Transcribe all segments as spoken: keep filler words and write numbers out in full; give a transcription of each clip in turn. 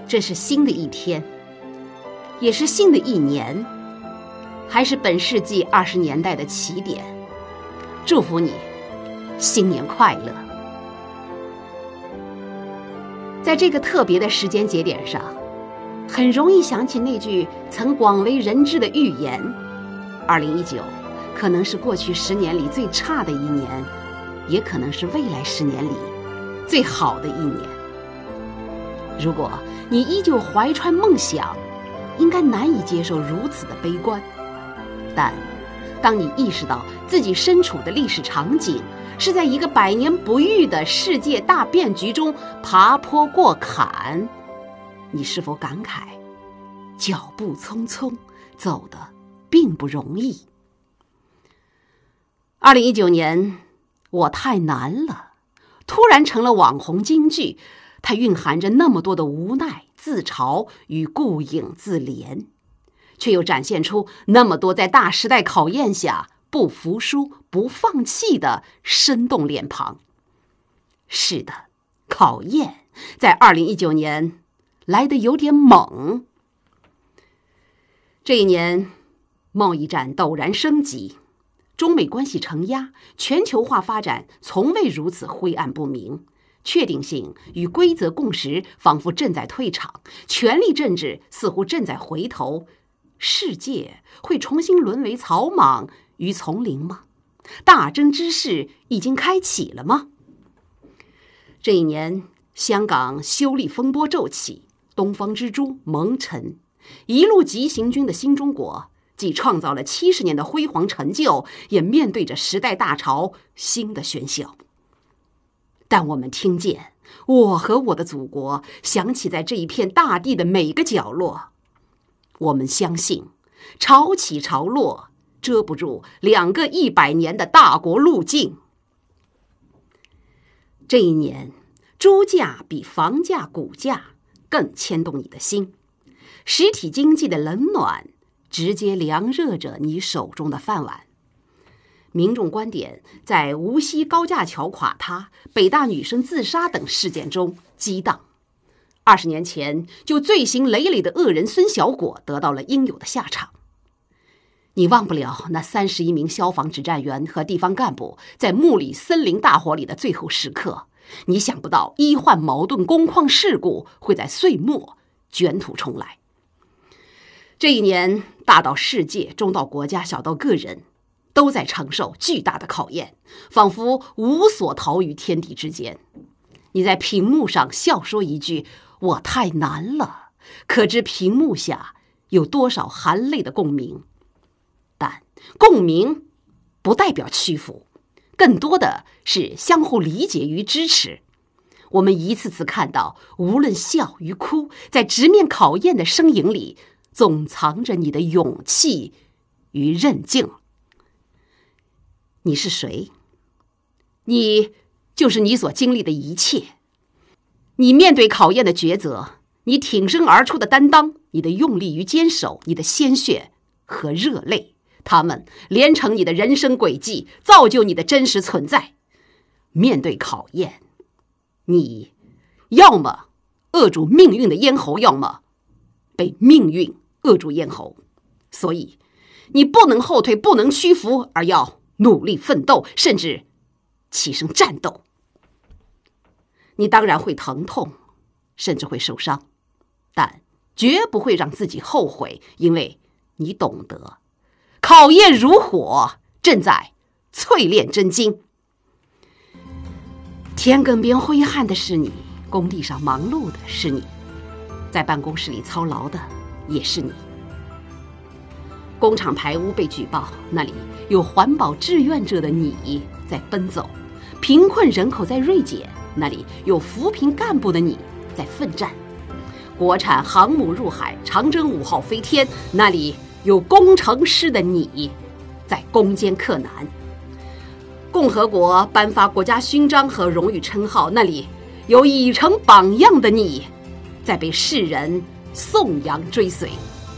这是新的一天，也是新的一年，还是本世纪二十年代的起点。祝福你，新年快乐！在这个特别的时间节点上，很容易想起那句曾广为人知的预言：二零一九可能是过去十年里最差的一年，也可能是未来十年里最好的一年。如果你依旧怀揣梦想，应该难以接受如此的悲观。但当你意识到自己身处的历史场景是在一个百年不遇的世界大变局中爬坡过坎，你是否感慨脚步匆匆，走得并不容易？二零一九年，我太难了，突然成了网红金句，它蕴含着那么多的无奈、自嘲与顾影自怜，却又展现出那么多在大时代考验下不服输、不放弃的生动脸庞。是的，考验在二零一九年来得有点猛。这一年，贸易战陡然升级，中美关系承压，全球化发展从未如此灰暗不明。确定性与规则共识仿佛正在退场，权力政治似乎正在回头。世界会重新沦为草莽与丛林吗？大争之势已经开启了吗？这一年，香港修例风波骤起，东方之珠蒙尘，一路急行军的新中国既创造了七十年的辉煌成就，也面对着时代大潮新的喧嚣。但我们听见我和我的祖国响起在这一片大地的每个角落。我们相信潮起潮落遮不住两个一百年的大国路径。这一年，猪价比房价、股价更牵动你的心，实体经济的冷暖直接凉热着你手中的饭碗。民众观点在无锡高架桥垮塌、北大女生自杀等事件中激荡。二十年前就罪行累累的恶人孙小果得到了应有的下场。你忘不了那三十一名消防指战员和地方干部在木里森林大火里的最后时刻，你想不到医患矛盾工矿事故会在岁末卷土重来。这一年，大到世界，中到国家，小到个人，都在承受巨大的考验，仿佛无所逃于天地之间。你在屏幕上笑说一句我太难了，可知屏幕下有多少含泪的共鸣。但共鸣不代表屈服，更多的是相互理解与支持。我们一次次看到，无论笑与哭，在直面考验的身影里，总藏着你的勇气与韧劲。你是谁？你就是你所经历的一切。你面对考验的抉择，你挺身而出的担当，你的用力与坚守，你的鲜血和热泪，它们连成你的人生轨迹，造就你的真实存在。面对考验，你要么扼住命运的咽喉，要么被命运扼住咽喉。所以你不能后退，不能屈服，而要努力奋斗，甚至起身战斗。你当然会疼痛，甚至会受伤，但绝不会让自己后悔，因为你懂得，考验如火，正在淬炼真金。田埂边挥汗的是你，工地上忙碌的是你，在办公室里操劳的也是你。工厂排污被举报，那里有环保志愿者的你在奔走；贫困人口在锐减，那里有扶贫干部的你在奋战；国产航母入海，长征五号飞天，那里有工程师的你在攻坚克难；共和国颁发国家勋章和荣誉称号，那里有以成榜样的你在被世人颂扬追随。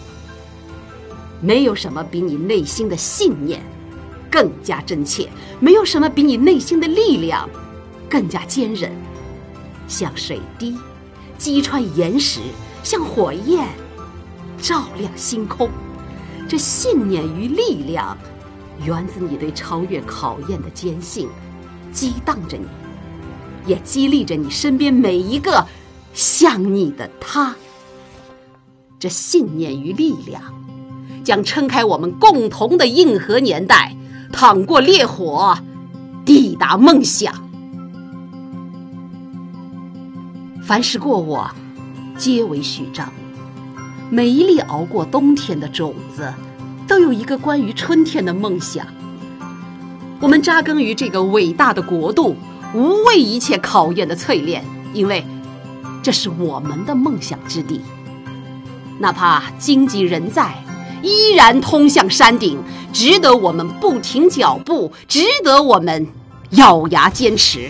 没有什么比你内心的信念更加真切，没有什么比你内心的力量更加坚韧。像水滴击穿岩石， 像火焰照亮星空。这信念与力量源自你对超越考验的坚信，激荡着你，也激励着你身边每一个像你的他。这信念与力量将撑开我们共同的硬核年代，淌过烈火，抵达梦想。凡是过往，皆为序章。每一粒熬过冬天的种子，都有一个关于春天的梦想。我们扎根于这个伟大的国度，无畏一切考验的淬炼，因为这是我们的梦想之地。哪怕荆棘仍在，依然通向山顶，值得我们不停脚步，值得我们咬牙坚持。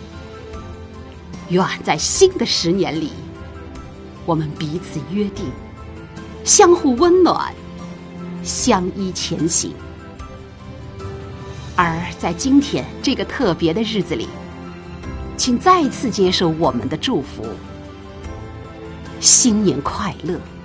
愿在新的十年里，我们彼此约定，相互温暖，相依前行。而在今天这个特别的日子里，请再次接受我们的祝福，新年快乐。